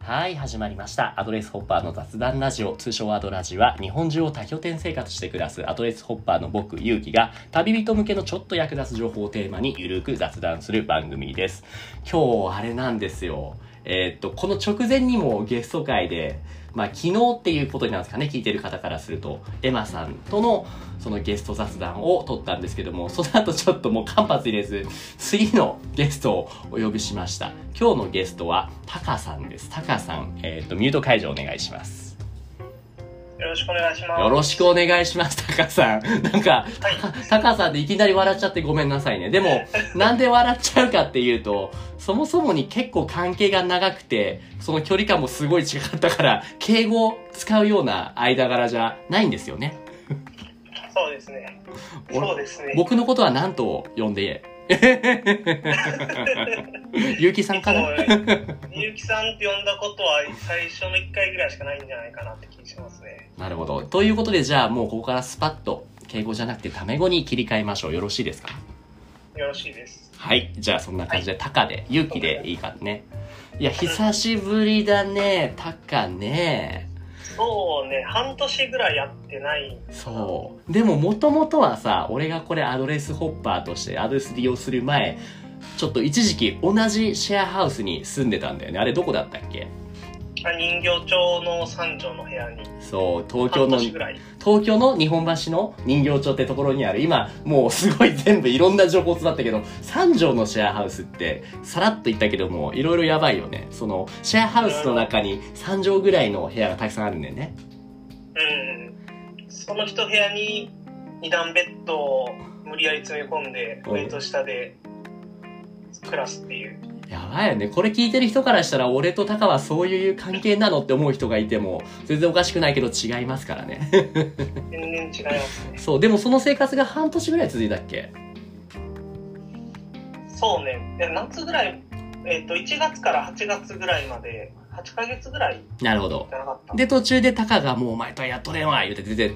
はい、始まりました。アドレスホッパーの雑談ラジオ、通称アドラジは、日本中を多拠点生活して暮らすアドレスホッパーの僕、ゆうきが、旅人向けのちょっと役立つ情報をテーマにゆるく雑談する番組です。今日、あれなんですよ。この直前にもゲスト会で、昨日っていうことになるんですかね、聞いてる方からすると、エマさんとのそのゲスト雑談を撮ったんですけども、その後ちょっともう間髪入れず、次のゲストをお呼びしました。今日のゲストは、タカさんです。タカさん、ミュート解除お願いします。 よろしくお願いします。 よろしくお願いします、タカさん。なんか、 はい、 タカさんでいきなり笑っちゃってごめんなさいね。でも、なんで笑っちゃうかっていうと、そもそもに結構関係が長くて、その距離感もすごい近かったから、敬語を使うような間柄じゃないんですよね。 そうですね。そうですね。 僕のことは何と呼んでゆうきさんかなゆうきさんって呼んだことは最初の1回ぐらいしかないんじゃないかなって気がしますね。 なるほど。ということで、じゃあもうここからスパッと敬語じゃなくてタメ語に切り替えましょう。よろしいですか？ よろしいです。 はい。じゃあそんな感じで、タカで、ゆうきでいいかね。いや、久しぶりだね、タカね。 そうね、半年ぐらいやってない。 そう。でも元々はさ、俺がこれアドレスホッパーとしてアドレス利用する前、ちょっと一時期同じシェアハウスに住んでたんだよね。あれどこだったっけ？ 人形町の三条の部屋に。 そう、 半年ぐらい。 東京の日本橋の人形町ってところにある、今もうすごい全部いろんな情報伝ったけど、三条のシェアハウスってさらっと言ったけどもいろいろやばいよね。そのシェアハウスの中に3畳ぐらいの部屋がたくさんあるんだよね。 その一部屋に2段ベッドを無理やり詰め込んで上と下で暮らすっていう。 やばいよね。これ聞いてる人からしたら、俺とタカはそういう関係なのって思う人がいても、全然おかしくないけど違いますからね。 全然違いますね。 そう、でもその生活が半年ぐらい続いたっけ？ そうね。で夏ぐらい、1月から8月ぐらいまで、8ヶ月ぐらい。 なるほど。 じゃなかった。 で、途中でタカがもうお前とはやっとれんわ言うて出てって、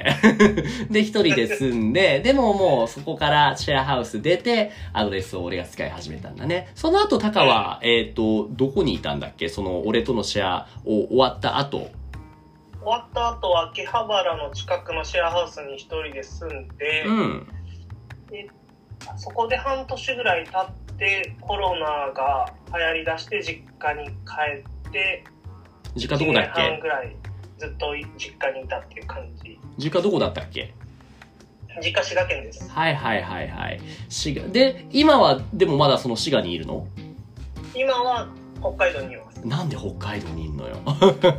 で、一人で住んで、でももうそこからシェアハウス出て、アドレスを俺が使い始めたんだね。その後タカは、どこにいたんだっけ？その俺とのシェアを終わった後。 終わった後は秋葉原の近くのシェアハウスに一人で住んで、でそこで半年ぐらい経ってコロナが流行りだして実家に帰って、 実家どこだっけ？ 1年半ぐらいずっと実家にいたっていう感じ。 実家どこだったっけ？ 実家滋賀県です。 はいはいはいはい。滋賀。で、今はでもまだその滋賀にいるの？ 今は北海道にいます。 なんで北海道にいんのよ。 北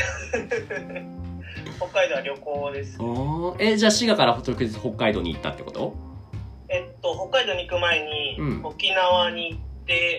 海道は旅行です。 じゃあ滋賀から直接北海道に行ったってこと？ 北海道に行く前に沖縄に行って、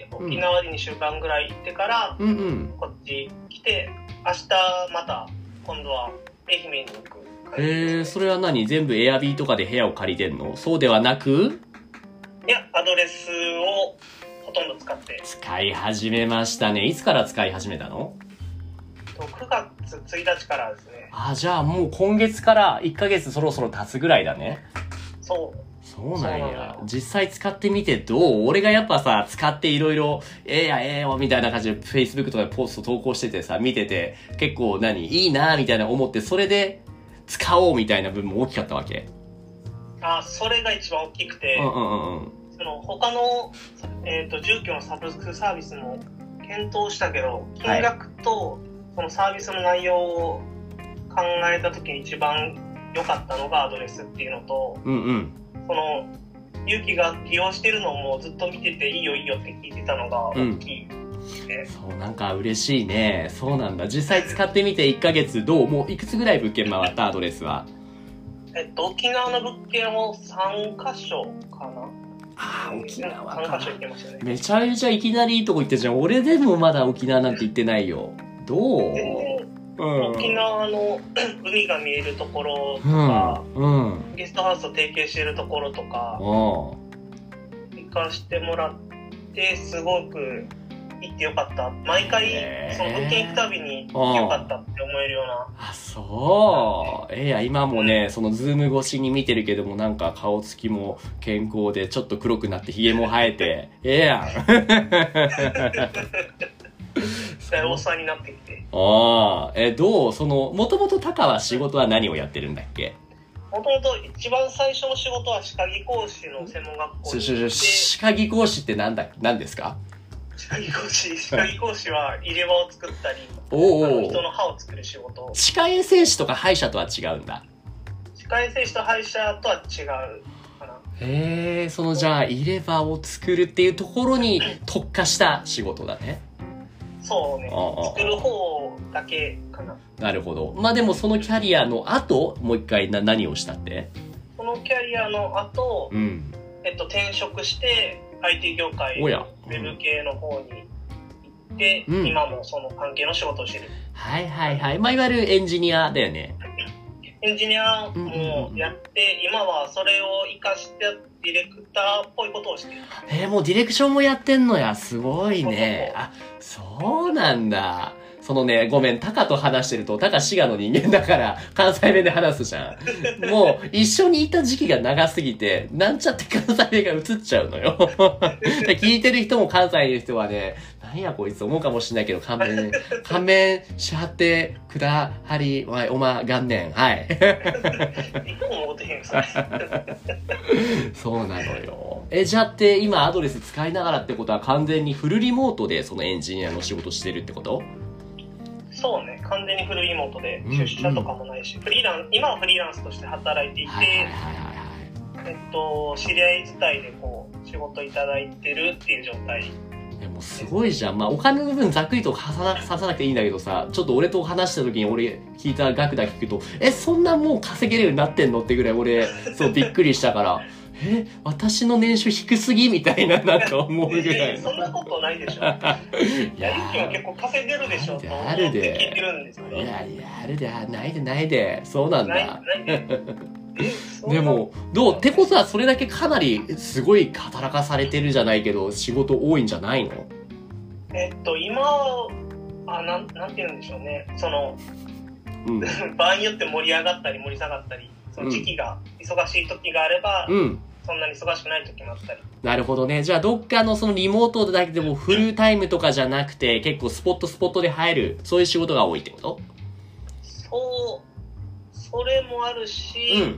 沖縄で2週間ぐらい行ってから、こっち来て、明日また今度は愛媛に行く。 それは何？全部エアビーとかで部屋を借りてんの？そうではなく？ いや、アドレスをほとんど使って。 使い始めましたね。いつから使い始めたの ？9月1日からですね。 じゃあもう今月から1ヶ月そろそろ経つぐらいだね。そうなんや。実際使ってみてどう？俺がやっぱさ、使っていろいろ、みたいな感じで Facebook とかでポスト投稿しててさ、見てて、結構いいなみたいな思って、それで使おうみたいな部分も大きかったわけ。 それが一番大きくて、その他の、住居のサブスクサービスも検討したけど、金額とそのサービスの内容を考えた時に一番良かったのがアドレスっていうのと、そのゆうきが利用してるのをもうずっと見てていいよいいよって聞いてたのが大きい、 そうなんか嬉しいね。そうなんだ。実際使ってみて1ヶ月どう？もういくつぐらい物件回った？アドレスは沖縄の物件を3カ所かな。 沖縄か。 3カ所行きましたね。 めちゃめちゃいきなりいいとこ行ってじゃん。俺でもまだ沖縄なんて行ってないよ。どう？ 沖縄の海が見えるところとか、ゲストハウスと提携しているところとか行かしてもらってすごく行ってよかった。毎回その物件行くたびに行ってよかったって思えるような。 そう。いや今もね、そのズーム越しに見てるけども、なんか顔つきも健康でちょっと黒くなってヒゲも生えてやん。 だいぶお世話になってきて。 ああ、どうその、もともとタカは仕事は何をやってるんだっけ？ もともと一番最初の仕事は歯科技講師の専門学校に行って。 歯科技講師って何ですか？ 歯科技講師は入れ歯を作ったり、人の歯を作る仕事。 歯科衛生士とか歯医者とは違うんだ。 歯科衛生士と歯医者とは違うかな。 へえ、そのじゃあ入れ歯を作るっていうところに特化した仕事だね。 そうね。作る方だけかな。 なるほど。まあでもそのキャリアの後、もう一回何をしたって？ そのキャリアの後、転職して IT 業界、ウェブ系の方に行って、今もその関係の仕事をしてる。 はいはいはい。まあいわゆるエンジニアだよね。 エンジニアもやって、今はそれを活かしてディレクターっぽいことをしてる。 もうディレクションもやってんのや。すごいね。あ、そうなんだ。そのね、ごめん、タカと話してると、タカ滋賀の人間だから、関西弁で話すじゃん。もう、一緒にいた時期が長すぎて、なんちゃって関西弁が映っちゃうのよ。聞いてる人も関西の人はね、何やこいつ思うかもしれないけど、勘弁しはってくだはり、おま元年。はい。 一個も思ってへんさ。 そうなのよ。じゃあって今アドレス使いながらってことは完全にフルリモートでそのエンジニアの仕事してるってこと？ そうね、完全にフルリモートで出社とかもないし、今はフリーランスとして働いていて、知り合い自体でこう仕事いただいてるっていう状態。 でもすごいじゃん。まあお金の部分ざっくりと刺さなくていいんだけどさ、ちょっと俺と話した時に俺聞いた額だけ聞くと、そんなもう稼げるようになってんのってぐらい俺、そうびっくりしたから。私の年収低すぎみたいななんか思うぐらい。 そんなことないでしょ。いや、ゆきも結構稼いでるでしょと思って聞いてるんですけど。いや、 あるで、ないで。そうなんだ。でも、どうってことはそれだけかなりすごい働かされてるじゃないけど、仕事多いんじゃないの？ 今は、なんて言うんでしょうね。その、場合によって盛り上がったり盛り下がったり、その時期が忙しい時があれば、そんなに忙しくない時もあったり。なるほどね。じゃあどっかのそのリモートだけでもフルタイムとかじゃなくて、結構スポットで入る、そういう仕事が多いってこと？ それもあるし、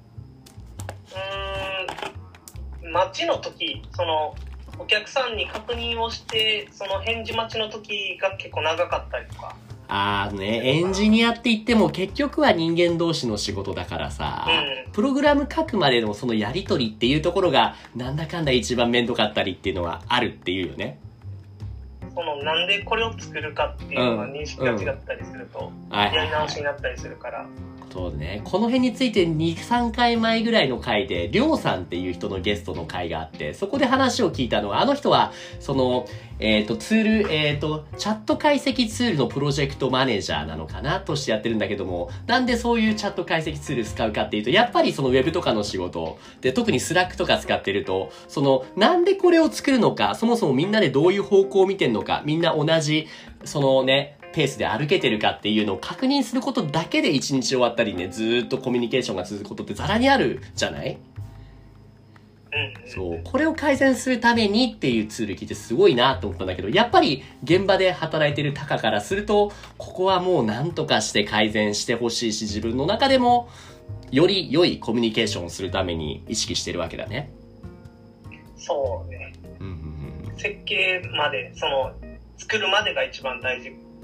待ちの時、そのお客さんに確認をしてその返事待ちの時が結構長かったりとか。 エンジニアって言っても結局は人間同士の仕事だからさ、プログラム書くまでのそのやりとりっていうところがなんだかんだ一番めんどかったりっていうのはあるっていうよね。 なんでこれを作るかっていうのが認識が違ったりすると、やり直しになったりするから。 そうね。この辺について2、3回前ぐらいの回で、りょうさんっていう人のゲストの回があって、そこで話を聞いたのは、あの人は、その、ツール、チャット解析ツールのプロジェクトマネージャーなのかなとしてやってるんだけども、なんでそういうチャット解析ツール使うかっていうと、やっぱりそのウェブとかの仕事で、特にスラックとか使ってると、その、なんでこれを作るのか、そもそもみんなでどういう方向を見てんのか、みんな同じ、そのね、ペースで歩けてるかっていうのを確認することだけで一日終わったりね、ずーっとコミュニケーションが続くことってザラにあるじゃない？そう。これを改善するためにっていうツール聞いてすごいなと思ったんだけど、やっぱり現場で働いてるタカからすると、ここはもう何とかして改善してほしいし、自分の中でもより良いコミュニケーションをするために意識してるわけだね。 そうね。設計まで、作るまでが一番大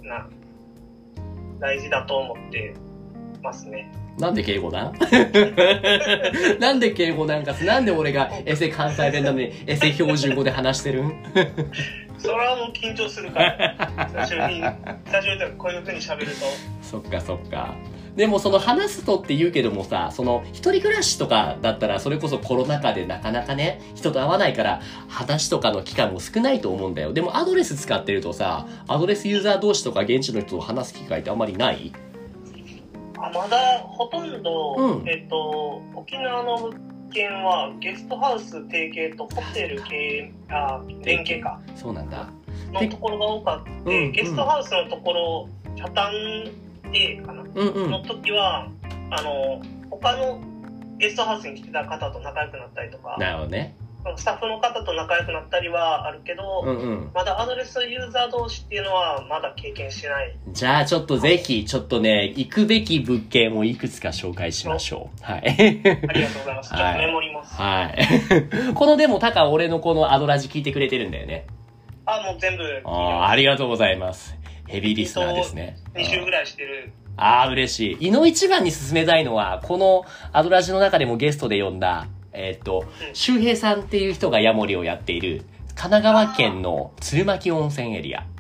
事だと思ってますね。 なんで敬語なんなんで敬語なんかなんで俺がエセ関西弁なのにエセ標準語で話してるんそれはもう緊張するから最初にこういう風に喋ると。 そっか。でもその話すとって言うけどもさ、その一人暮らしとかだったらそれこそコロナ禍でなかなかね、人と会わないから話とかの機会も少ないと思うんだよ。でもアドレス使ってるとさ、アドレスユーザー同士とか現地の人と話す機会ってあんまりない？ まだほとんど、沖縄の物件はゲストハウス提携とホテル系連携か。 そうなんだ。 のところが多かった。ゲストハウスのところ、チャタンかな、の時は他のゲストハウスに来てた方と仲良くなったりとか。 なるほどね。 スタッフの方と仲良くなったりはあるけど、まだアドレスユーザー同士っていうのはまだ経験してない。 じゃあちょっとぜひ、ちょっとね、行くべき物件をいくつか紹介しましょう。はい。 ありがとうございます。ちょっとメモります。 はい。このでも、タカ俺のこのアドラジ聞いてくれてるんだよね。 もう全部聞いてます。 ありがとうございます。ヘビーリスナーですね。 2週ぐらいしてる。 嬉しい。井の一番に進めたいのは、このアドラジの中でもゲストで呼んだ、周平さんっていう人がヤモリをやっている、神奈川県の鶴巻温泉エリア。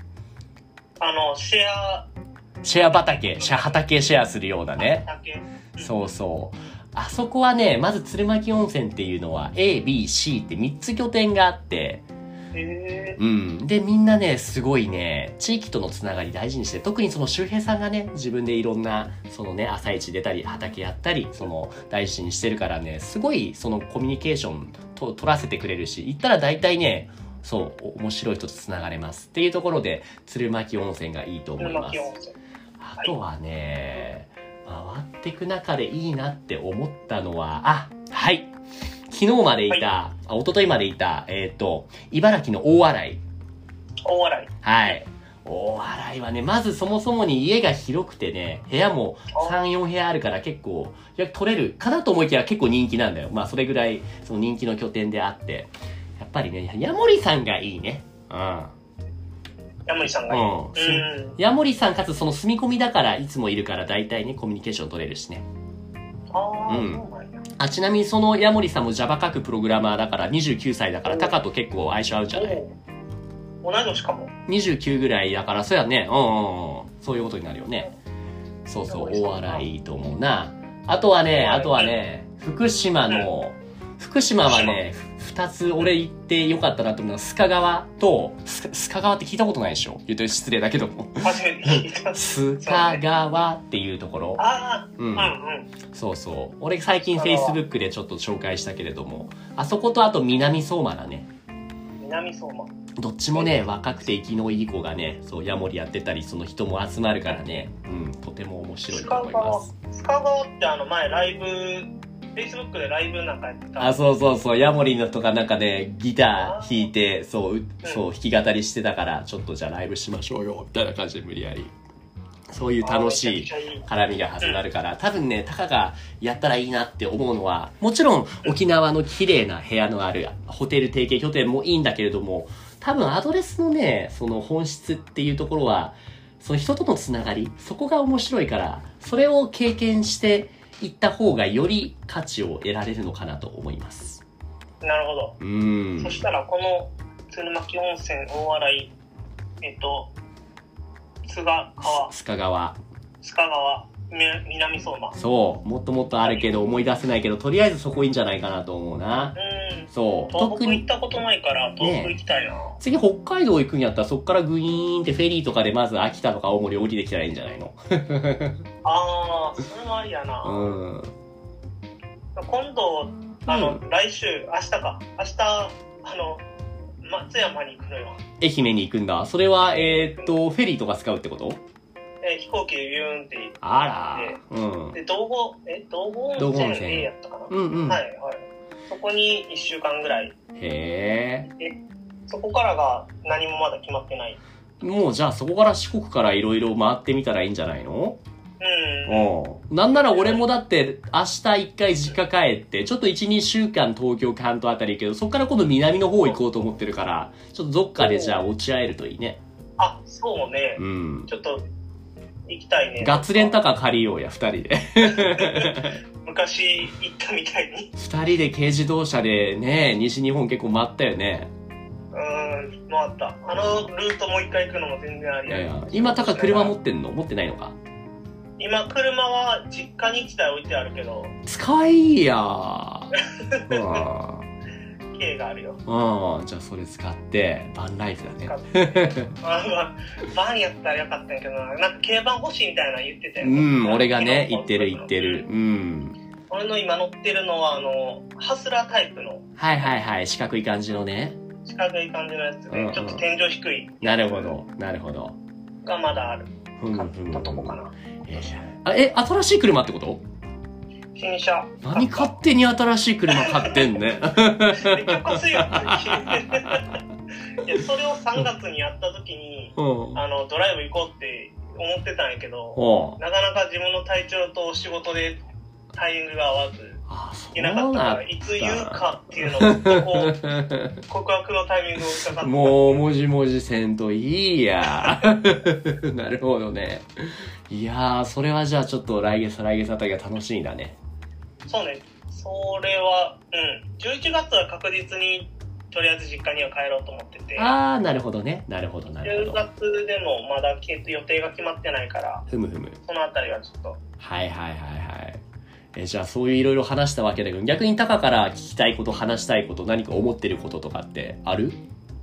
シェア畑シェアするようなね。そうそう。あそこはね、まず鶴巻温泉っていうのは A、B、C って3つ拠点があって、で、みんなね、すごいね、地域とのつながり大事にして、特にその周平さんがね、自分でいろんな、そのね、朝市出たり、畑やったり、その、大事にしてるからね、すごい、そのコミュニケーションと取らせてくれるし、行ったら大体ね、そう、面白い人とつながれますっていうところで、鶴巻温泉がいいと思います。あとはね、回っていく中でいいなって思ったのは、はい。昨日までいた、一昨日までいた、茨城の大洗。 大洗。 はい。大洗はね、まずそもそもに家が広くてね、部屋も3、4部屋あるから結構、取れるかなと思いきや結構人気なんだよ。まあそれぐらい、その人気の拠点であって。やっぱりね、ヤモリさんがいいね。 ヤモリさんがいい。 ヤモリさんかつその住み込みだから、いつもいるから大体ね、コミュニケーション取れるしね。ちなみにそのヤモリさんも Java 書くプログラマーだから29歳だからタカと結構相性合うんじゃない？ 同い年かも。 29ぐらいだからそうやね。そういうことになるよね。そうそう、大洗いいと思うな。あとはね、福島はね、2つ俺行ってよかったなと思うのは、須賀川と、須賀川って聞いたことないでしょ？言うと失礼だけども。 初めて聞いた。 須賀川っていうところ。そうそう。俺最近 Facebook でちょっと紹介したけれども、あそことあと南相馬だね。 南相馬。 どっちもね、若くて生きのいい子がね、そう、ヤモリやってたり、その人も集まるからね、とても面白いと思います。 須賀川って前ライブ、Facebook でライブなんかやってた。 そう、ヤモリの人がなんかね、ギター弾いて、そう、弾き語りしてたから、ちょっとじゃあライブしましょうよ、みたいな感じで無理やり。そういう楽しい絡みが始まるから、多分ね、タカがやったらいいなって思うのは、もちろん沖縄の綺麗な部屋のあるホテル提携拠点もいいんだけれども、多分アドレスのね、その本質っていうところは、その人とのつながり、そこが面白いから、それを経験していった方がより価値を得られるのかなと思います。 なるほど。そしたらこの鶴巻温泉大洗、須賀川、南相馬。 そう、もっともっとあるけど思い出せないけど、とりあえずそこいいんじゃないかなと思うな。そう。 東北行ったことないから東北行きたいな。 次北海道行くんやったらそっからグイーンってフェリーとかでまず秋田とか青森降りてきたらいいんじゃないの？ それもありやな。今度来週明日松山に行くのよ。 愛媛に行くんだ。それはフェリーとか使うってこと？ 飛行機でビューンって行って、で道後温泉やったかな。そこに1週間ぐらい。そこからが何もまだ決まってない。 もうじゃあそこから四国からいろいろ回ってみたらいいんじゃないの？なんなら俺もだって明日一回実家帰ってちょっと 1,2 週間東京関東あたり行くけど、そこから今度南の方行こうと思ってるから、ちょっとどっかでじゃあ落ち合えるといいね。 そうね。ちょっと行きたいね。 ガッツレンタカー借りようや、2人で。 昔行ったみたいに。 2人で軽自動車でね、西日本結構回ったよね。 回った。ルートもう一回行くのも全然ありや。 今タカ車持ってんの？持ってないのか？ 今車は実家に1台置いてあるけど。 使いや軽があるよ。 じゃあそれ使ってバンライフだね。 バンやったらよかったんやけどな。なんか軽バン欲しいみたいな言ってたよ。 俺がね言ってる。 俺の今乗ってるのはハスラータイプの。 四角い感じのね。 四角い感じのやつで、ちょっと天井低い。 なるほど。 がまだある。買ったとこかな。 新しい車ってこと？ 新車。 何勝手に新しい車買ってんね。 めっちゃ安いよ。いや、それを3月にやった時に、ドライブ行こうって思ってたんやけど、なかなか自分の体調と仕事でタイミングが合わず、いなかったから、いつ言うかっていうのを、告白のタイミングを伺って。 もう、もじもじせんといいや。なるほどね。いやー、それはじゃあちょっと来月あたりが楽しみだね。 そうね。それは、11月は確実に、とりあえず実家には帰ろうと思ってて。 あー、なるほどね。なるほど。 10月でもまだ予定が決まってないから、 そのあたりはちょっと。 はい。じゃあそういういろいろ話したわけだけど、逆にタカから聞きたいこと、話したいこと、何か思ってることとかってある？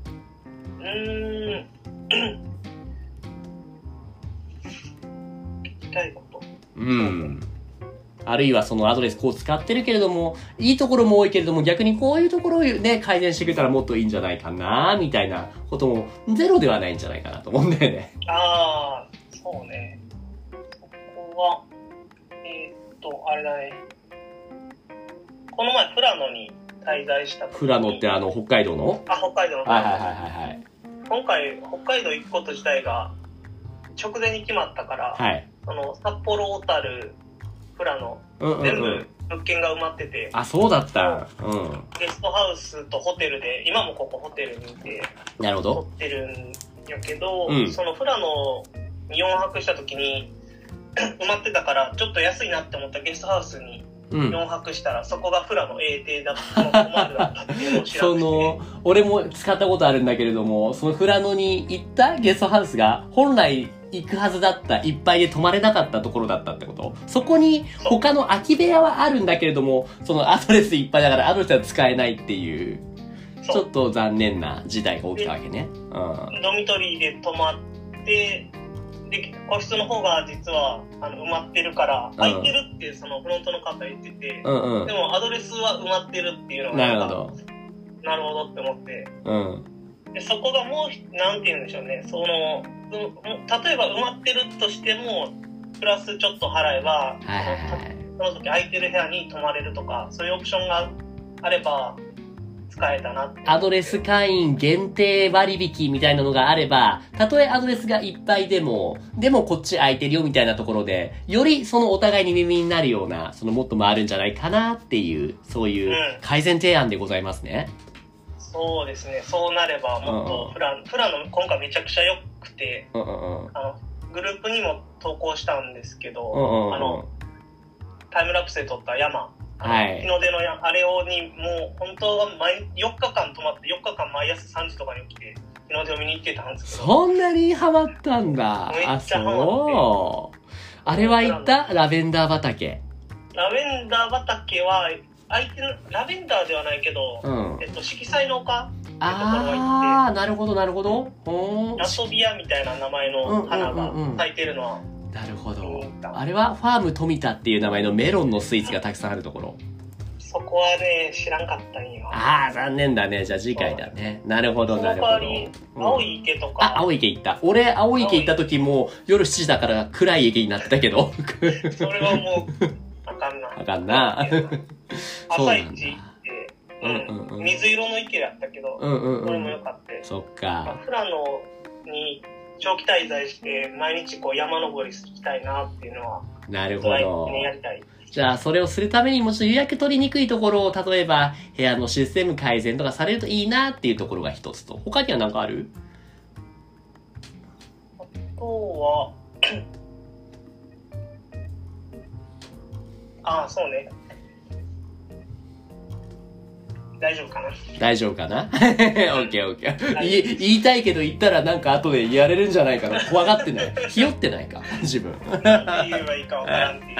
聞きたいこと。 あるいはそのアドレスこう使ってるけれども、いいところも多いけれども、逆にこういうところをね、改善してくれたらもっといいんじゃないかな、みたいなこともゼロではないんじゃないかなと思うんだよね。 ああ、そうね。そこは、あれだね。この前、富良野に滞在した時に。 富良野って北海道の？ 北海道の。 はい。 今回、北海道行くこと自体が直前に決まったから、札幌、小樽、富良野、全部物件が埋まってて。 あ、そうだった。 ゲストハウスとホテルで、今もここホテルにいて、 なるほど。 撮ってるんやけど、その富良野に4泊した時に、埋まってたからちょっと安いなって思ったゲストハウスに4泊したら、そこが富良野 A 邸だったのコマールだったっていうのを知らなくて俺も使ったことあるんだけれども、その富良野に行ったゲストハウスが本来行くはずだったいっぱいで泊まれなかったところだったってこと？そこに他の空き部屋はあるんだけれども、そのアドレスいっぱいだからアドレスは使えないっていう、ちょっと残念な事態が起きたわけね。 ドミトリーで泊まってで、個室の方が実は埋まってるから、空いてるってそのフロントの方言ってて、でもアドレスは埋まってるっていうのがなるほどって思って、でそこがもうなんて言うんでしょうね、その例えば埋まってるとしてもプラスちょっと払えば、その時空いてる部屋に泊まれるとか、そういうオプションがあれば使えたなって。 アドレス会員限定割引みたいなのがあれば、たとえアドレスがいっぱいでもこっち空いてるよみたいなところで、よりそのお互いに耳になるような、そのもっと回るんじゃないかなっていう、そういう改善提案でございますね。 そうですね。そうなればもっと富良野今回めちゃくちゃ良くて、グループにも投稿したんですけど、タイムラプスで撮った山、日の出のあれにもう本当は4日間泊まって4日間毎朝3時とかに起きて日の出を見に行ってたんですけど。 そんなにハマったんだ。 めっちゃハマって。 あれは行ったラベンダー畑。 ラベンダー畑はラベンダーではないけど、色彩の丘ってところは行って。 なるほど。 ラソビアみたいな名前の花が咲いてるのは。 なるほど。あれはファーム富田っていう名前のメロンのスイーツがたくさんあるところ。 そこはね、知らんかったんよ。 残念だね。じゃあ次回だね。なるほど。 その代わり、青い池とか。 青い池行った。俺、青い池行った時も夜7時だから暗い池になってたけど。 それはもう、あかんな。朝一行って、水色の池だったけど、それもよかった。 そっか。 富良野に長期滞在して毎日こう山登りしたいなっていうのは、 なるほど。 やりたい。 じゃあそれをするためにもちろん予約取りにくいところを、例えば部屋のシステム改善とかされるといいなっていうところが一つと、他には何かある？ あとはそうね。大丈夫かなオッケー。言いたいけど言ったらなんか後でやれるんじゃないかな。怖がってない。ひよってないか自分。 言えばいいかわからんっていう。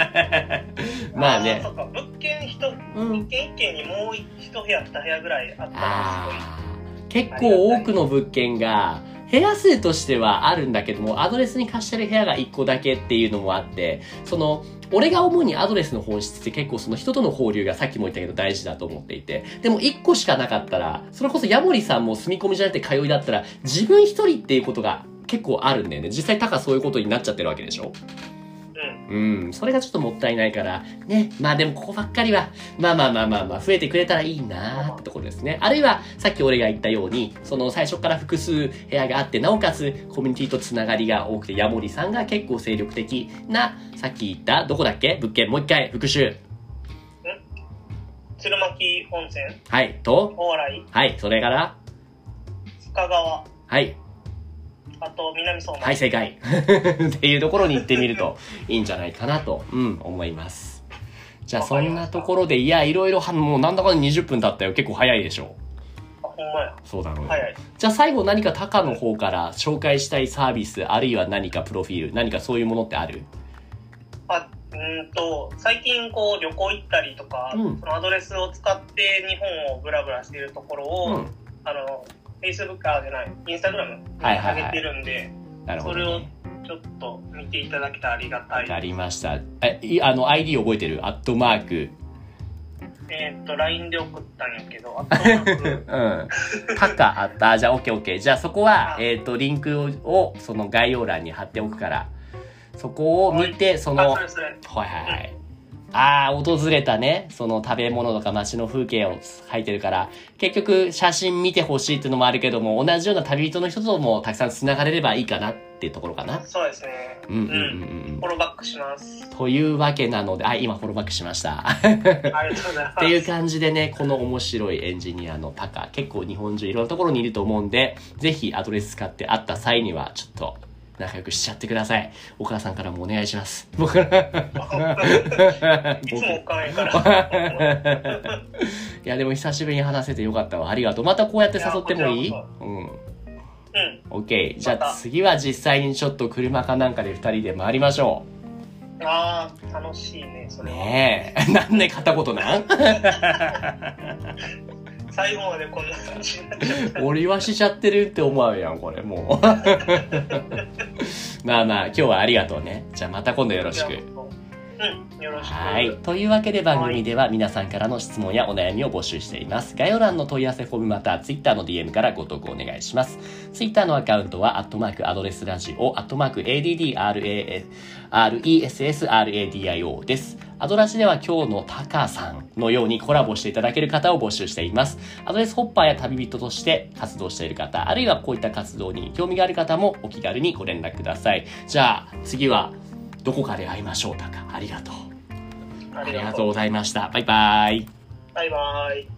まあね。 そうか。物件一軒にもう一部屋二部屋ぐらいあったらすごい。結構多くの物件が部屋数としてはあるんだけども、アドレスに貸してる部屋が1個だけっていうのもあって、俺が思うにアドレスの本質って結構その人との交流がさっきも言ったけど大事だと思っていて、でも1個しかなかったら、それこそヤモリさんも住み込みじゃなくて通いだったら、自分一人っていうことが結構あるんだよね。実際タカそういうことになっちゃってるわけでしょ？ それがちょっともったいないから、ね。まあでもここばっかりは、まあ、増えてくれたらいいなってところですね。あるいは、さっき俺が言ったように、その最初から複数部屋があって、なおかつコミュニティとつながりが多くて、ヤモリさんが結構精力的な、さっき言った、どこだっけ物件、もう一回、復習。 鶴巻温泉。 はい、と大洗。 はい、それから深川。 はい。 あと、南相馬。 はい、正解。っていうところに行ってみるといいんじゃないかなと、思います。じゃあ、そんなところで、いや、いろいろ、もうなんだかんだ20分経ったよ。結構早いでしょ。 ほんまや。 そうだろうね。 早い。 じゃあ、最後何かタカの方から紹介したいサービス、あるいは何かプロフィール、何かそういうものってある？ 最近こう旅行行ったりとか、そのアドレスを使って日本をブラブラしているところを、Facebook じゃない、インスタグラムに上げてるんで、なるほどね、それをちょっと見ていただけたらありがたい。 わかりました。ID 覚えてる？@ LINE で送ったんやけど、 タカあった。じゃあ、OK。じゃあ、そこは、リンクを、その概要欄に貼っておくから、そこを見て、その、訪れたね、その食べ物とか街の風景を書いてるから、結局写真見てほしいっていうのもあるけども、同じような旅人の人ともたくさん繋がれればいいかなっていうところかな。 そうですね。フォローバックします。 というわけなので、今フォローバックしました。 ありがとうございます。 っていう感じでね、この面白いエンジニアのタカ、結構日本中いろんなところにいると思うんで、ぜひアドレス使って会った際には、ちょっと、仲良くしちゃってください。お母さんからもお願いします。僕からいつもお金から。 いや、でも久しぶりに話せてよかったわ。ありがとう。またこうやって誘ってもいい？OK。じゃあ次は実際にちょっと車かなんかで2人で回りましょう。楽しいね、それは。 ねえ。なんで片言なん？ 最後までこんな感じになっちゃった。 俺はしちゃってるって思うやん、これもう。まあ今日はありがとうね。じゃあまた今度よろしく。 よろしく。 はい。というわけで番組では皆さんからの質問やお悩みを募集しています。概要欄の問い合わせフォームまた Twitter の DM からご投稿お願いします。Twitter のアカウントはアドレスラジオ、@ADDRESSRADIO です。アドラジでは今日のタカさんのようにコラボしていただける方を募集しています。アドレスホッパーや旅人として活動している方、あるいはこういった活動に興味がある方もお気軽にご連絡ください。じゃあ次はどこかで会いましょう、タカ。ありがとう。ありがとうございました。バイバイ。 バイバイ。